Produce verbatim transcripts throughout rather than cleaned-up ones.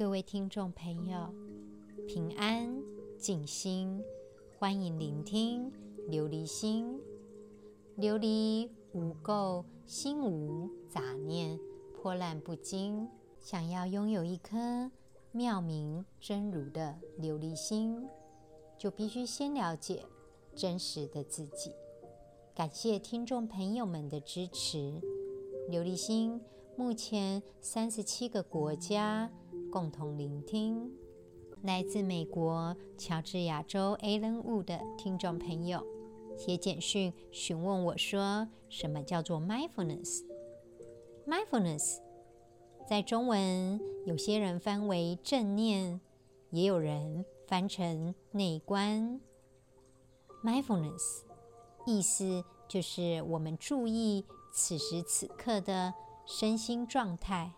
各位听众朋友，平安静心，欢迎聆听琉璃心。琉璃无垢，心无杂念，波澜不惊。想要拥有一颗妙明真如的琉璃心，就必须先了解真实的自己。感谢听众朋友们的支持。琉璃心目前三十七个国家共同聆听。来自美国乔治亚州 Allen Wu 的听众朋友写简讯询问我说，什么叫做 mindfulness？ Mindfulness 在中文有些人翻为正念，也有人翻成内观。 Mindfulness 意思就是我们注意此时此刻的身心状态，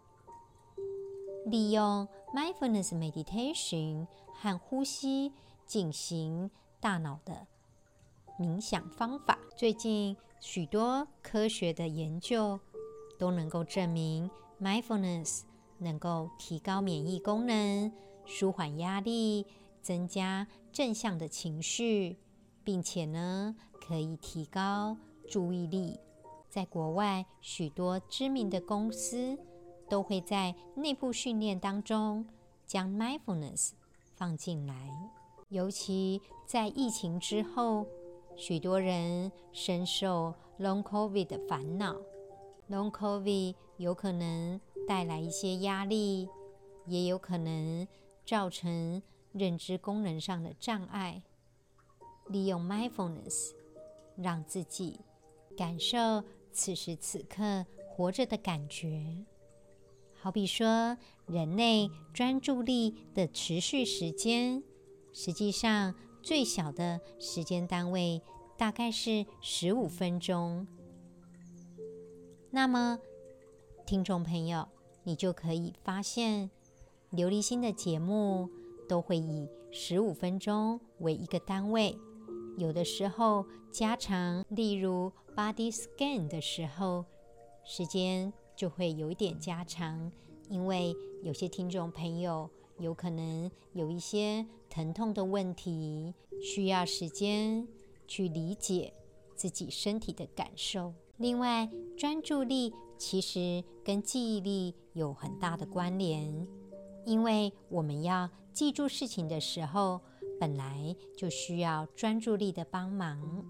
利用 mindfulness meditation 和呼吸进行大脑的冥想方法。最近许多科学的研究都能够证明 mindfulness 能够提高免疫功能，舒缓压力，增加正向的情绪，并且呢可以提高注意力。在国外许多知名的公司都会在内部训练当中将 mindfulness 放进来。尤其在疫情之后，许多人深受 long covid 的烦恼。 long covid 有可能带来一些压力，也有可能造成认知功能上的障碍。利用 mindfulness 让自己感受此时此刻活着的感觉。好比说，人类专注力的持续时间，实际上最小的时间单位大概是十五分钟。那么听众朋友，你就可以发现琉璃心的节目都会以十五分钟为一个单位，有的时候加长，例如 body scan 的时候，时间就会有一点加长，因为有些听众朋友有可能有一些疼痛的问题，需要时间去理解自己身体的感受。另外，专注力其实跟记忆力有很大的关联，因为我们要记住事情的时候，本来就需要专注力的帮忙。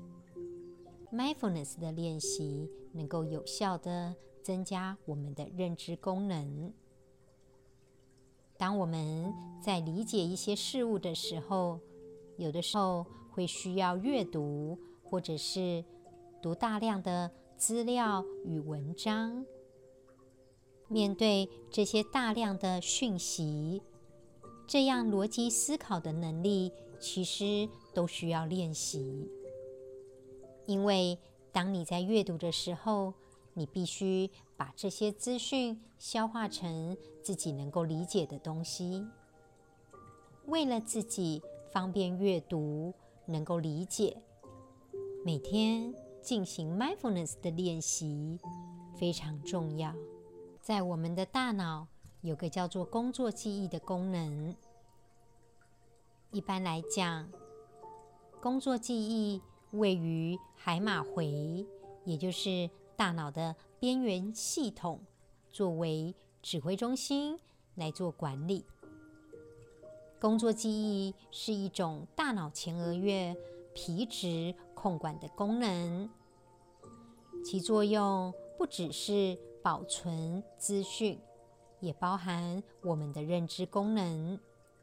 Mindfulness 的练习能够有效地增加我们的认知功能。当我们在理解一些事物的时候，有的时候会需要阅读，或者是读大量的资料与文章。面对这些大量的讯息，这样逻辑思考的能力其实都需要练习。因为当你在阅读的时候，你必须把这些资讯消化成自己能够理解的东西。为了自己方便阅读，能够理解，每天进行 mindfulness 的练习非常重要。在我们的大脑有个叫做工作记忆的功能。一般来讲，工作记忆位于海马回，也就是大脑的边缘系统，作为指挥中心来做管理。工作记忆是一种大脑前额叶皮质控管的功能，其作用不只是保存资讯，也包含我们的认知功能。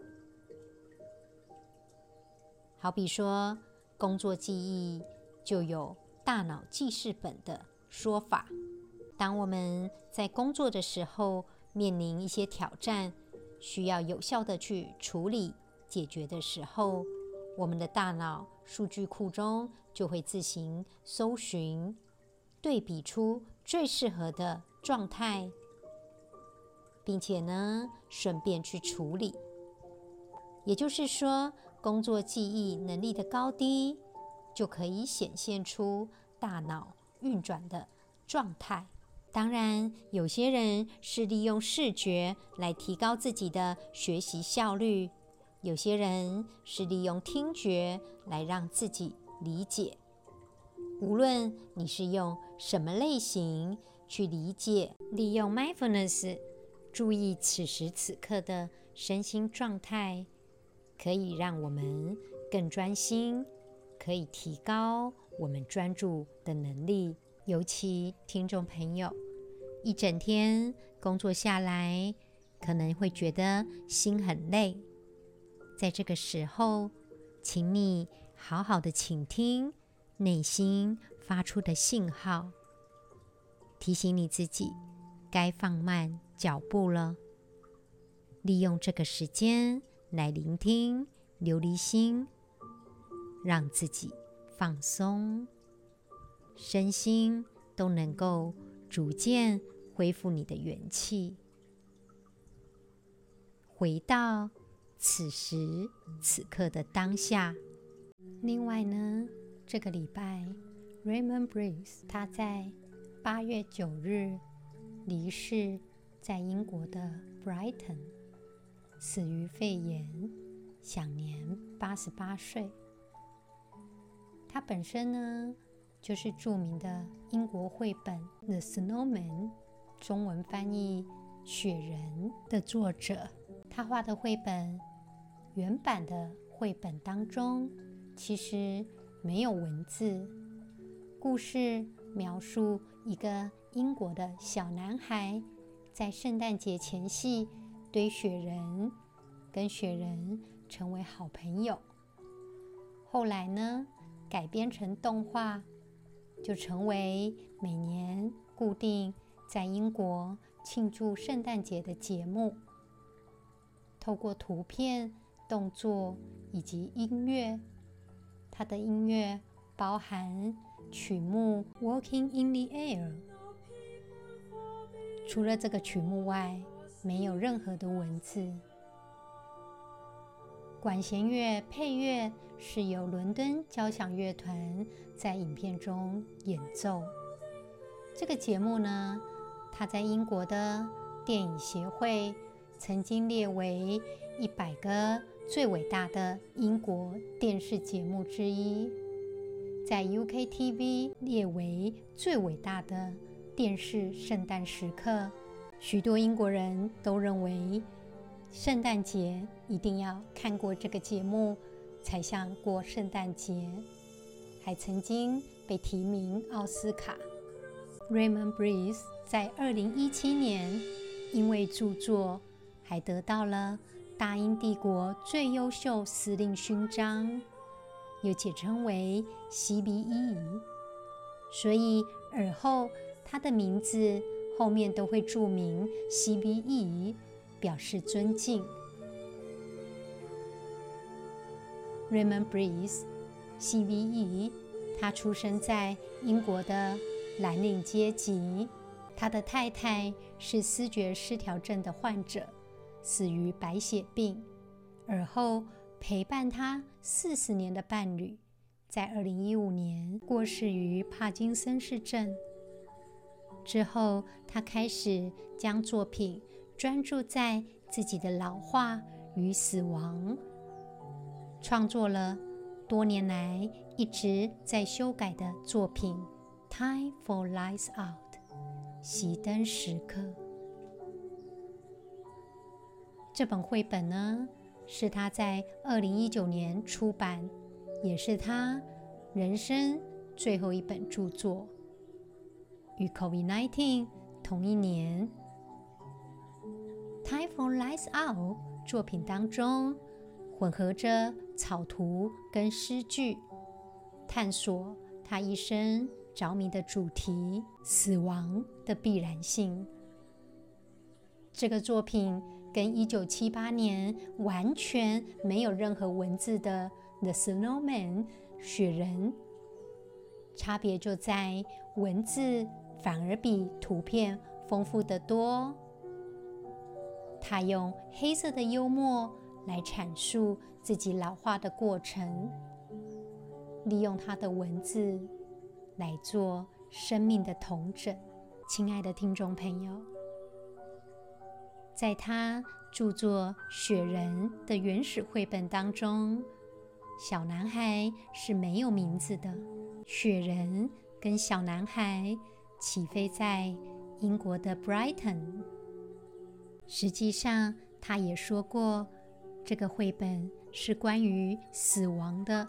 好比说，工作记忆就有大脑记事本的说法。当我们在工作的时候面临一些挑战，需要有效的去处理解决的时候，我们的大脑数据库中就会自行搜寻，对比出最适合的状态，并且呢顺便去处理。也就是说，工作记忆能力的高低就可以显现出大脑运转的状态。 当然，有些人是利用视觉来提高自己的学习效率，有些人是利用听觉来让自己理解。无论你是用什么类型去理解，利用 mindfulness 注意此时此刻的身心状态，可以让我们更专心，可以提高我们专注的能力。尤其听众朋友，一整天工作下来，可能会觉得心很累。在这个时候，请你好好的倾听内心发出的信号，提醒你自己该放慢脚步了。利用这个时间来聆听琉璃心，让自己放松，身心都能够逐渐恢复你的元气，回到此时此刻的当下。另外呢，这个礼拜 Raymond Briggs 他在八月九日离世，在英国的 Brighton 死于肺炎，享年八十八岁。他本身呢，就是著名的英国绘本《The Snowman》中文翻译雪人的作者。他画的绘本，原版的绘本当中其实没有文字，故事描述一个英国的小男孩在圣诞节前夕堆雪人，跟雪人成为好朋友。后来呢，改编成动画，就成为每年固定在英国庆祝圣诞节的节目。透过图片、动作以及音乐，它的音乐包含曲目《Walking in the Air》。除了这个曲目外，没有任何的文字。管弦乐配乐是由伦敦交响乐团在影片中演奏。这个节目呢，它在英国的电影协会曾经列为一百个最伟大的英国电视节目之一，在 U K T V 列为最伟大的电视圣诞时刻。许多英国人都认为圣诞节一定要看过这个节目才像过圣诞节，还曾经被提名奥斯卡。 Raymond Briggs 在二零一七年因为著作还得到了大英帝国最优秀司令勋章，又简称为 C B E， 所以尔后他的名字后面都会注明 C B E， 表示尊敬。 Raymond Briggs C B E， 他出生在英国的蓝领阶级，他的太太是思觉失调症的患者，死于白血病。而后陪伴他四十年的伴侣，在二零一五年过世于帕金森氏症。之后，他开始将作品专注在自己的老化与死亡，创作了多年来一直在修改的作品《Time for Lights Out》熄灯时刻。这本绘本呢，是他在二零一九年出版，也是他人生最后一本著作。与 COVID 十九 同一年，《Time for Lights Out》作品当中混合着草图跟诗句，探索他一生着迷的主题——死亡的必然性。这个作品跟一九七八年完全没有任何文字的《The Snowman》雪人，差别就在文字反而比图片丰富得多。他用黑色的幽默来阐述自己老化的过程，利用他的文字来做生命的统整。 亲爱的听众朋友，在他著作《雪人》的原始绘本当中，小男孩是没有名字的。雪人跟小男孩起飞在英国的 Brighton。 实际上他也说过，这个绘本是关于死亡的。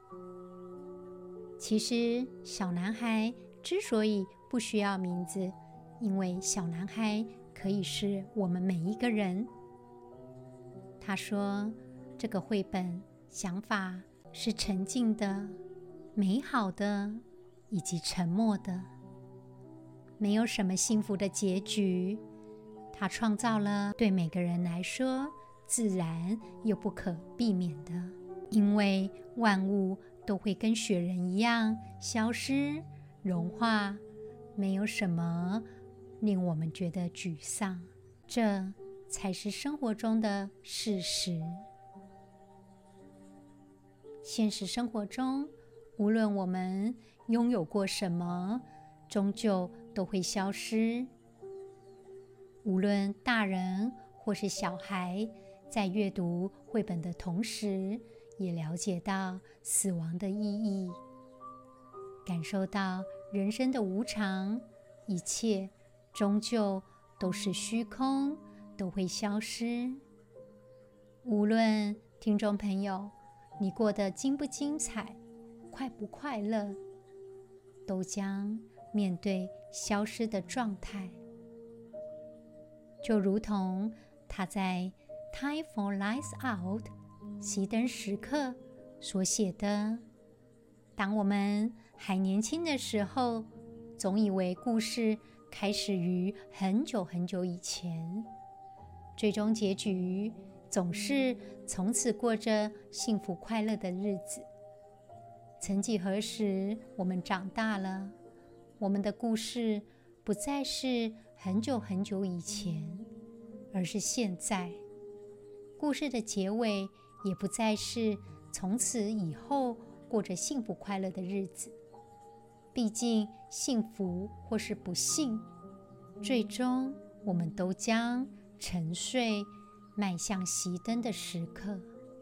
其实小男孩之所以不需要名字，因为小男孩可以是我们每一个人。他说这个绘本想法是沉静的、美好的以及沉默的，没有什么幸福的结局。他创造了对每个人来说自然又不可避免的，因为万物都会跟雪人一样消失、融化，没有什么令我们觉得沮丧，这才是生活中的事实。现实生活中，无论我们拥有过什么，终究都会消失。无论大人或是小孩，在阅读绘本的同时，也了解到死亡的意义，感受到人生的无常，一切终究都是虚空，都会消失。无论听众朋友你过得精不精彩，快不快乐，都将面对消失的状态。就如同他在 Time for Lights Out 熄灯时刻所写的，当我们还年轻的时候，总以为故事开始于很久很久以前，最终结局总是从此过着幸福快乐的日子。曾几何时，我们长大了，我们的故事不再是很久很久以前，而是现在。故事的结尾也不再是从此以后过着幸福快乐的日子。毕竟幸福或是不幸，最终我们都将沉睡，迈向熄灯的时刻。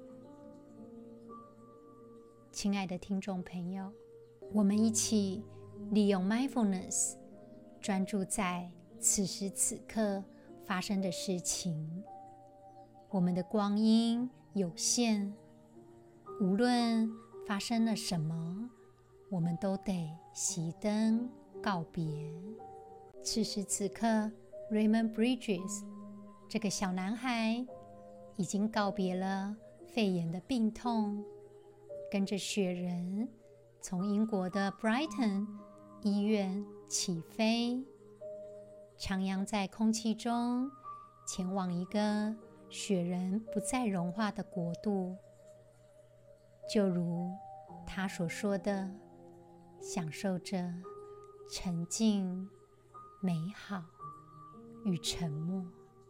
亲爱的听众朋友，我们一起利用 mindfulness， 专注在此时此刻发生的事情。我们的光阴有限，无论发生了什么，我们都得熄灯告别。此时此刻 Raymond Bridges 这个小男孩已经告别了肺炎的病痛，跟着雪人从英国的 Brighton 医院起飞，徜徉在空气中，前往一个雪人不再融化的国度。就如他所说的，享受着沉静、美好与沉默。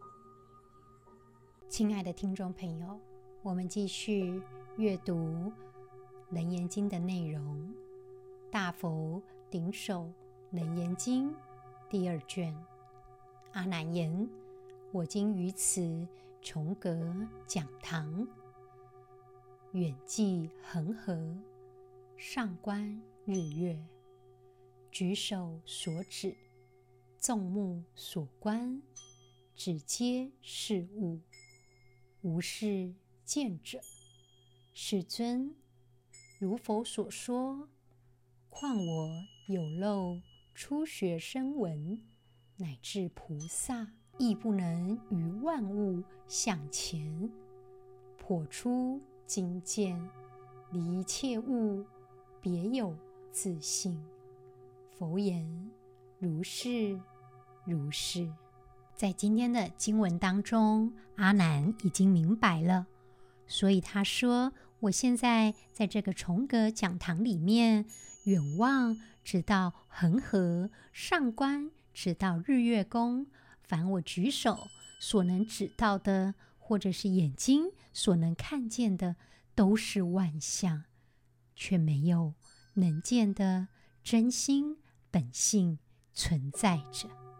亲爱的听众朋友，我们继续阅读《楞严经》的内容，大佛顶首楞严经第二卷。阿难言：我今于此重阁讲堂，远寄恒河，上观日月，举手所指，纵目所观，只皆是物，无是见者。世尊，如佛所说，况我有漏初学声闻，乃至菩萨，亦不能于万物向前，破出经见，离一切物，别有自性。佛言：如是如是。在今天的经文当中，阿难已经明白了，所以他说，我现在在这个重阁讲堂里面，远望直到恒河，上观直到日月宫，凡我举手所能指到的，或者是眼睛所能看见的，都是万象，却没有能见的真心本性存在着。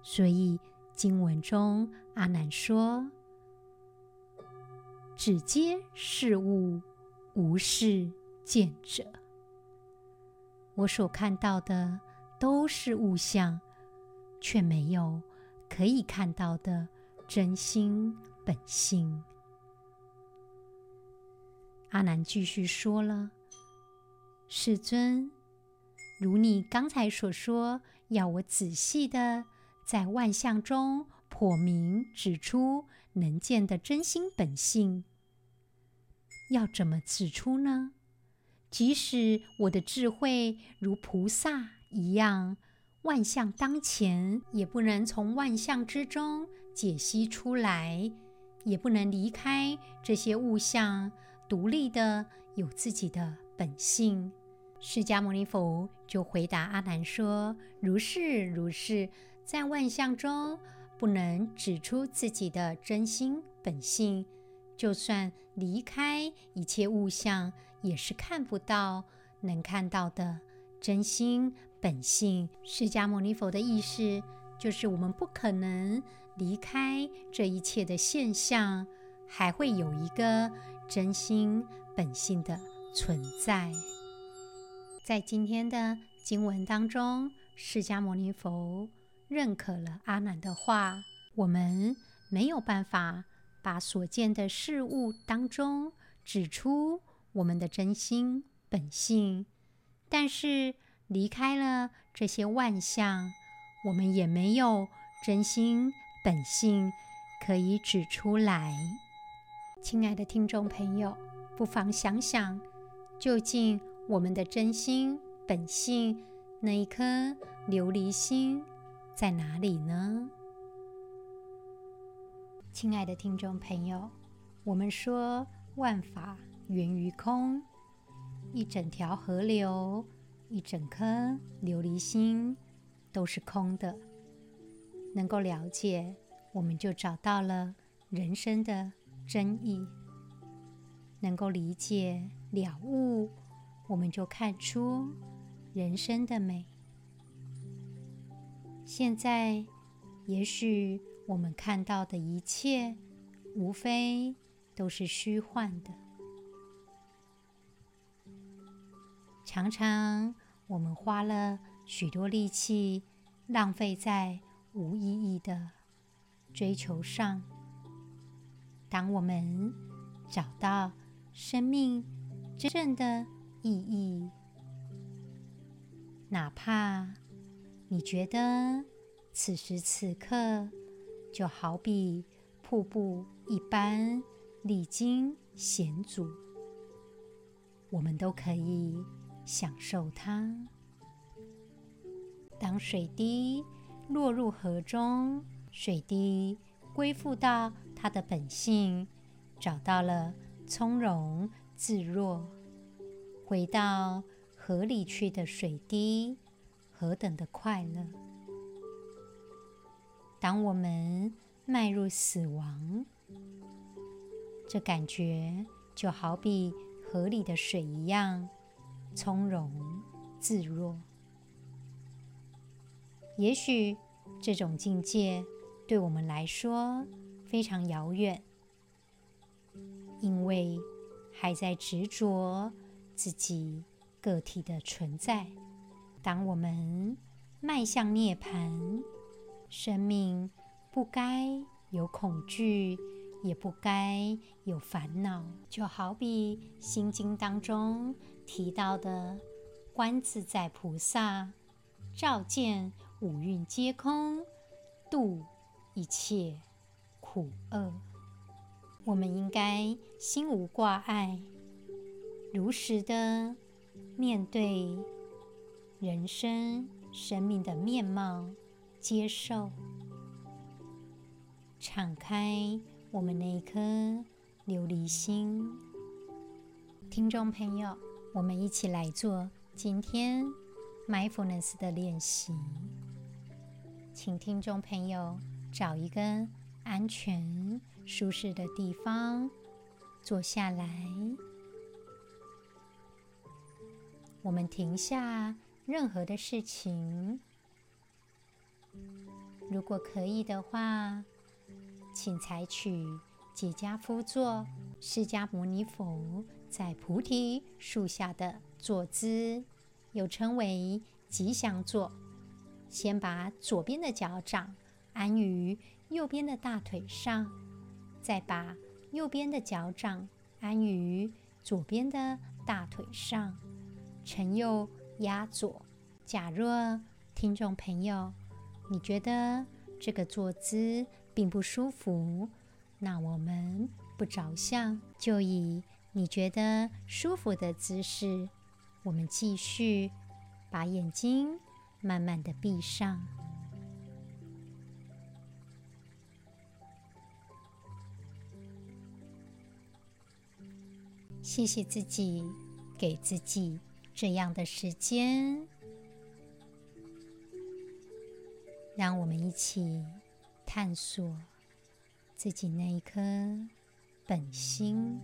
所以经文中阿难说：只皆是物，无是见者。我所看到的都是物象，却没有可以看到的真心本性。阿难继续说了：世尊，如你刚才所说，要我仔细的在万象中剖明指出能见的真心本性，要怎么指出呢？即使我的智慧如菩萨一样，万象当前，也不能从万象之中解析出来，也不能离开这些物象，独立的有自己的本性。释迦牟尼佛就回答阿难说：如是如是，在万象中不能指出自己的真心本性，就算离开一切物象，也是看不到能看到的真心本性。释迦牟尼佛的意思就是我们不可能离开这一切的现象，还会有一个真心本性的存在。在今天的经文当中，释迦牟尼佛认可了阿难的话，我们没有办法把所见的事物当中指出我们的真心本性，但是离开了这些万象，我们也没有真心本性可以指出来。亲爱的听众朋友，不妨想想，究竟我们的真心本性那一颗琉璃心在哪里呢？亲爱的听众朋友，我们说万法源于空，一整条河流，一整颗琉璃心都是空的。能够了解，我们就找到了人生的真意；能够理解了悟，我们就看出人生的美。现在也许我们看到的一切，无非都是虚幻的。常常我们花了许多力气，浪费在无意义的追求上。当我们找到生命真正的意义，哪怕你觉得此时此刻就好比瀑布一般历经险阻，我们都可以享受它。当水滴落入河中，水滴归附到它的本性，找到了从容自若，回到河里去的水滴，何等的快乐！当我们迈入死亡，这感觉就好比河里的水一样从容自若。也许这种境界对我们来说非常遥远，因为还在执着自己个体的存在。当我们迈向涅槃，生命不该有恐惧，也不该有烦恼。就好比心经当中提到的观自在菩萨，照见五蕴皆空，度一切苦厄。我们应该心无挂碍，如实的面对人生生命的面貌，接受，敞开我们那一颗琉璃心。听众朋友，我们一起来做今天 mindfulness 的练习。请听众朋友找一个安全舒适的地方坐下来，我们停下任何的事情， 如果可以的话，请采取结跏趺坐，释迦牟尼佛在菩提树下的坐姿，又称为吉祥坐。先把左边的脚掌安于右边的大腿上，再把右边的脚掌安于左边的大腿上，承右压左。假若听众朋友你觉得这个坐姿并不舒服，那我们不着相，就以你觉得舒服的姿势，我们继续把眼睛慢慢的闭上。谢谢自己，给自己这样的时间，让我们一起探索自己那一颗本心。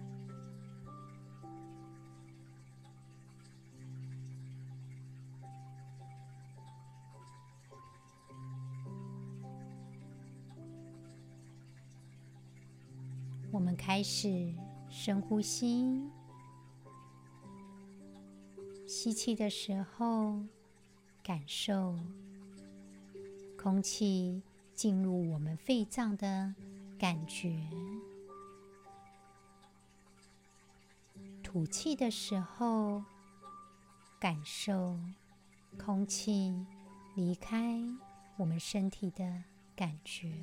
我们开始深呼吸，吸气的时候，感受空气进入我们肺脏的感觉；吐气的时候，感受空气离开我们身体的感觉。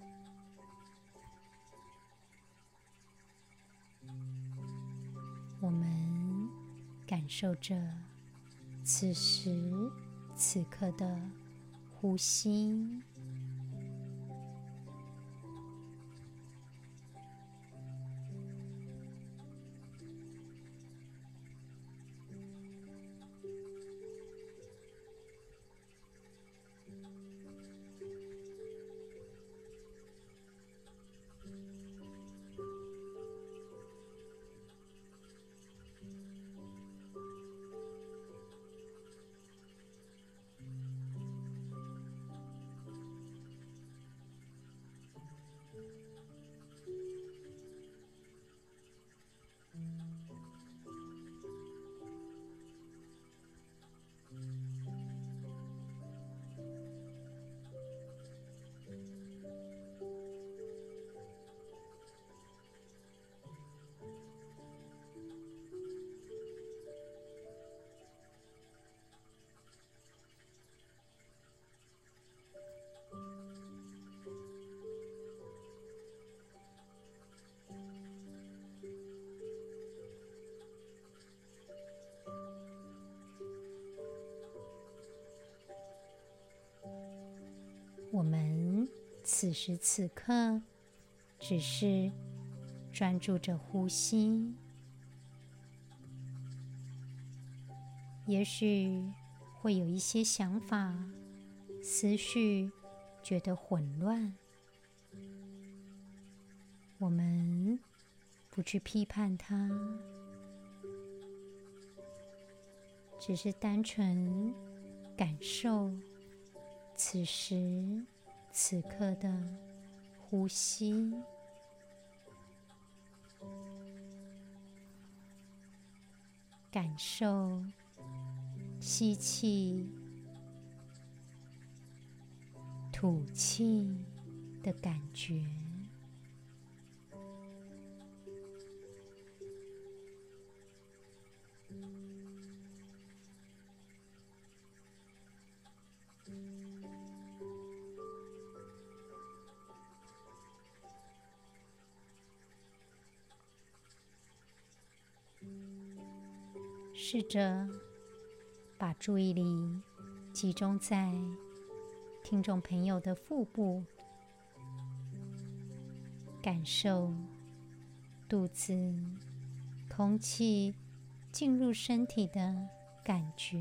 我们感受着此时此刻的呼吸，我们此时此刻只是专注着呼吸，也许会有一些想法、思绪觉得混乱，我们不去批判它，只是单纯感受此时此刻的呼吸，感受吸气、吐气的感觉。试着把注意力集中在听众朋友的腹部，感受肚子空气进入身体的感觉，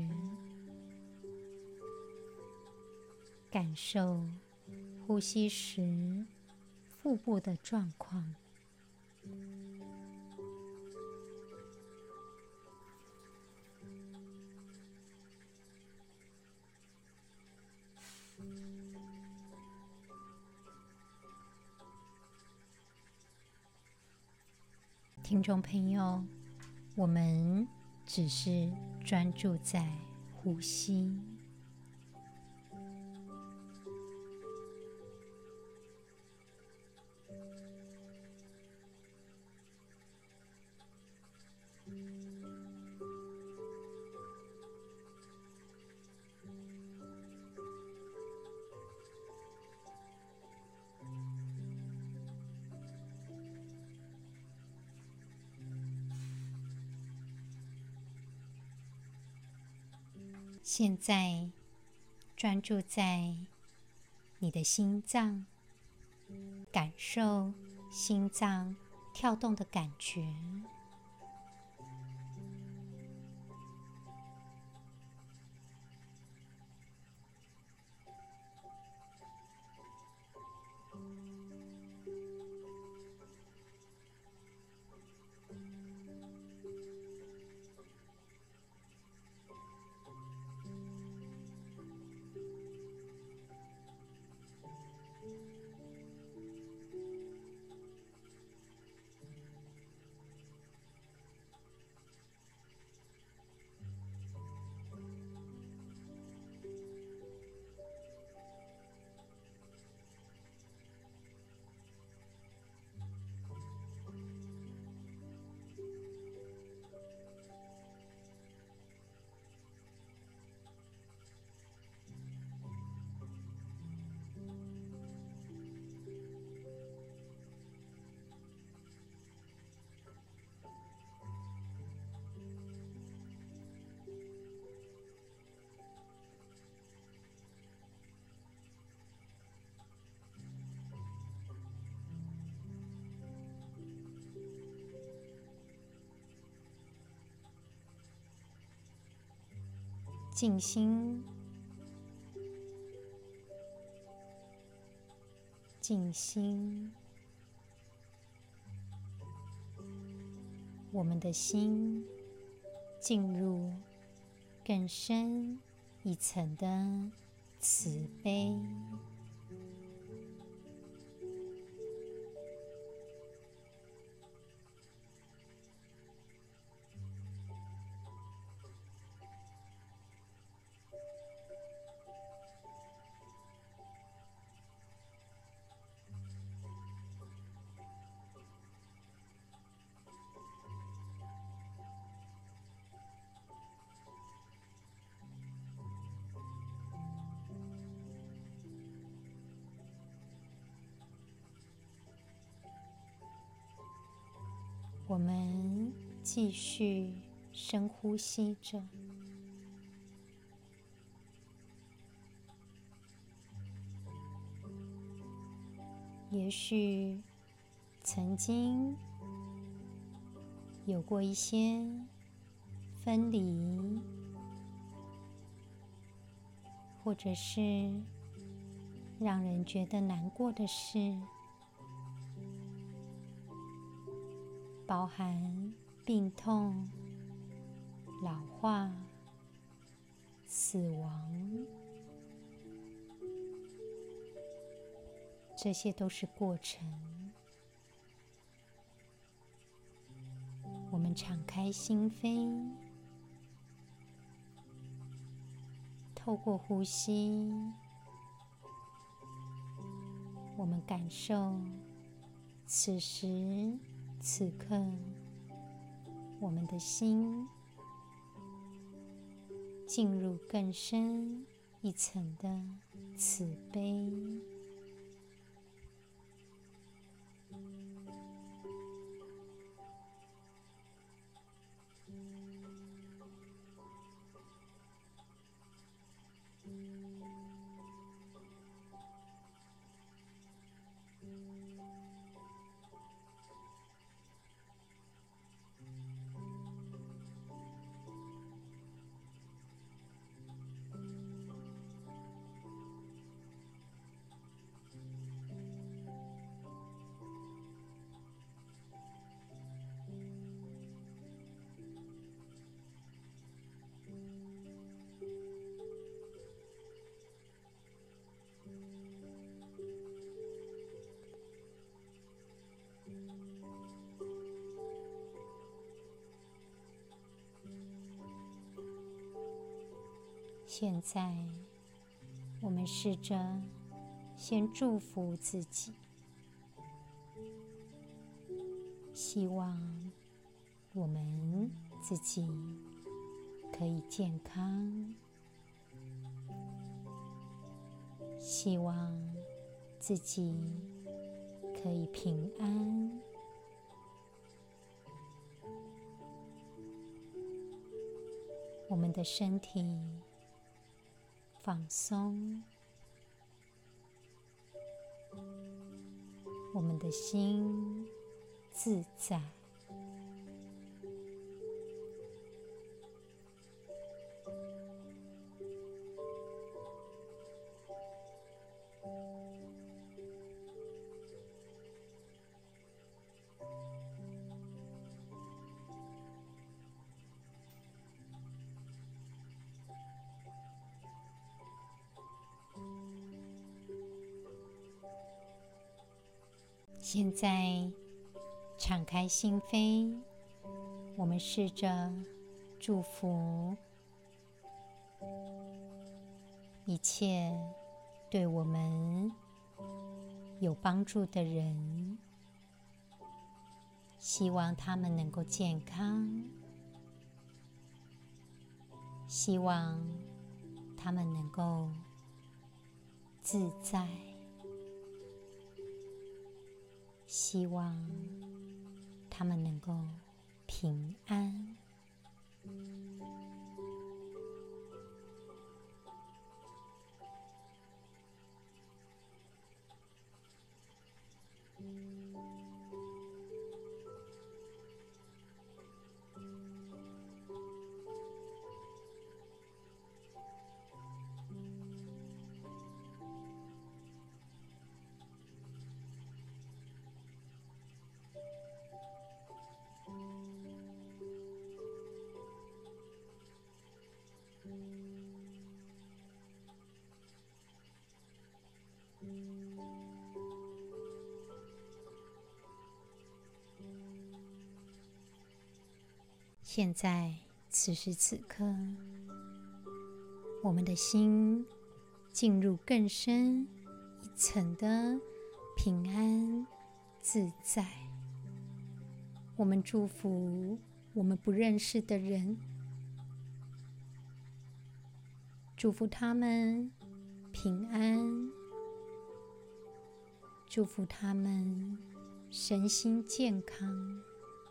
感受呼吸时腹部的状况。 听众朋友，我们只是专注在呼吸，现在专注在你的心脏，感受心脏跳动的感觉。静心，静心，我们的心进入更深一层的慈悲。我们继续深呼吸着，也许曾经有过一些分离，或者是让人觉得难过的事，包含病痛、老化、死亡，这些都是过程。我们敞开心扉，透过呼吸，我们感受此时此刻我们的心进入更深一层的慈悲。 现在，我们试着先祝福自己，希望我们自己可以健康，希望自己可以平安。我们的身体放松，我们的心自在。现在敞开心扉，我们试着祝福一切对我们有帮助的人，希望他们能够健康，希望他们能够自在，希望他们能够平安。现在，此时此刻，我们的心进入更深一层的平安自在。我们祝福我们不认识的人，祝福他们平安，祝福他们身心健康。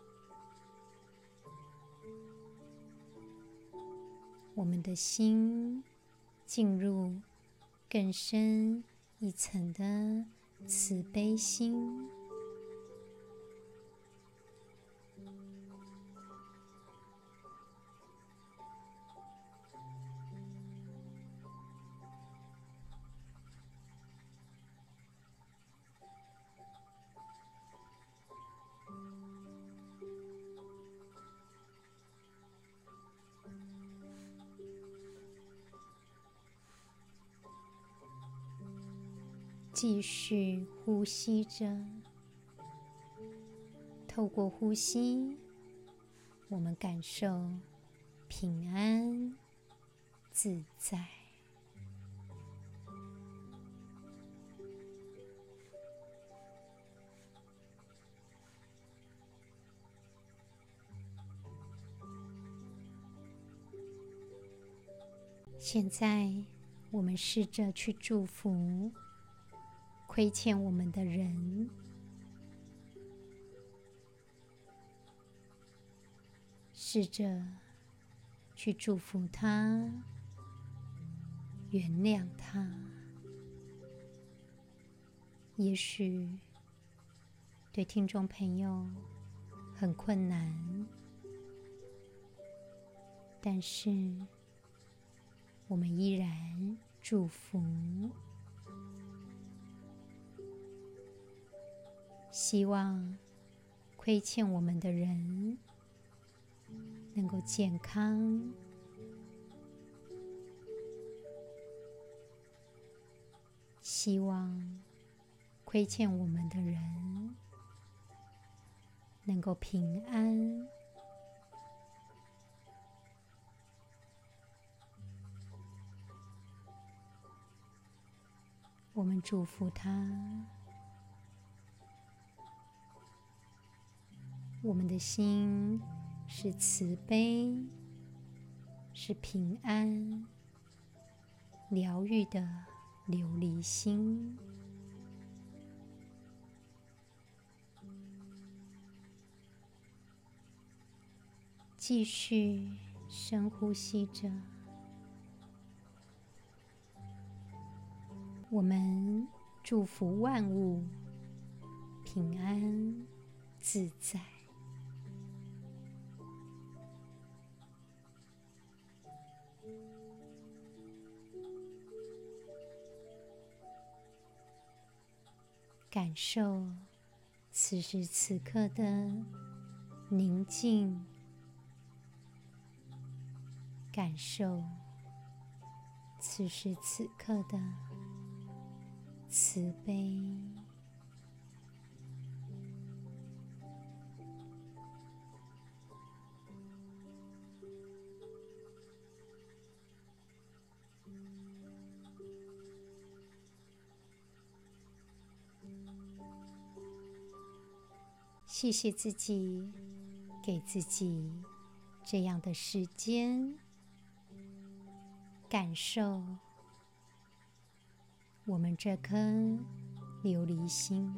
我们的心进入更深一层的慈悲心。继续呼吸着，透过呼吸，我们感受平安自在。现在，我们试着去祝福亏欠我们的人，试着去祝福他，原谅他。也许对听众朋友很困难，但是我们依然祝福，希望亏欠我们的人能够健康，希望亏欠我们的人能够平安。 我们祝福他。我们的心是慈悲，是平安、疗愈的琉璃心。继续深呼吸着，我们祝福万物平安自在。感受此时此刻的宁静，感受此时此刻的慈悲。谢谢自己，给自己这样的时间，感受我们这颗琉璃心。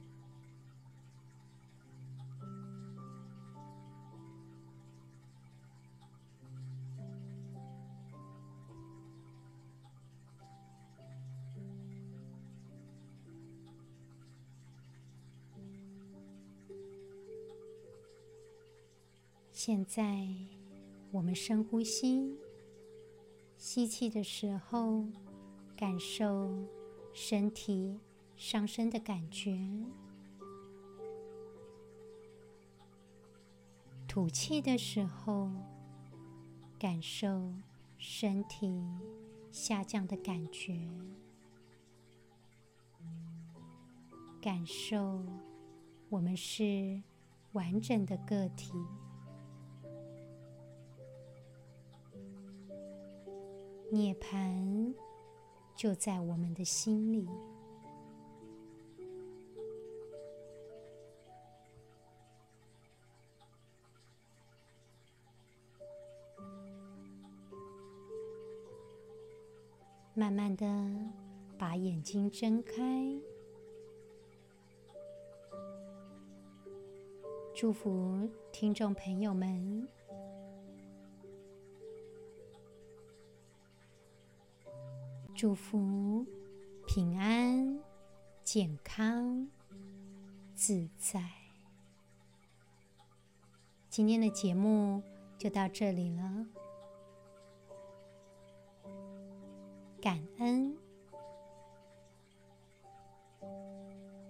现在我们深呼吸，吸气的时候，感受身体上升的感觉；吐气的时候，感受身体下降的感觉。感受我们是完整的个体。涅槃就在我们的心里。慢慢的把眼睛睁开，祝福听众朋友们祝福平安、健康、自在。今天的节目就到这里了，感恩。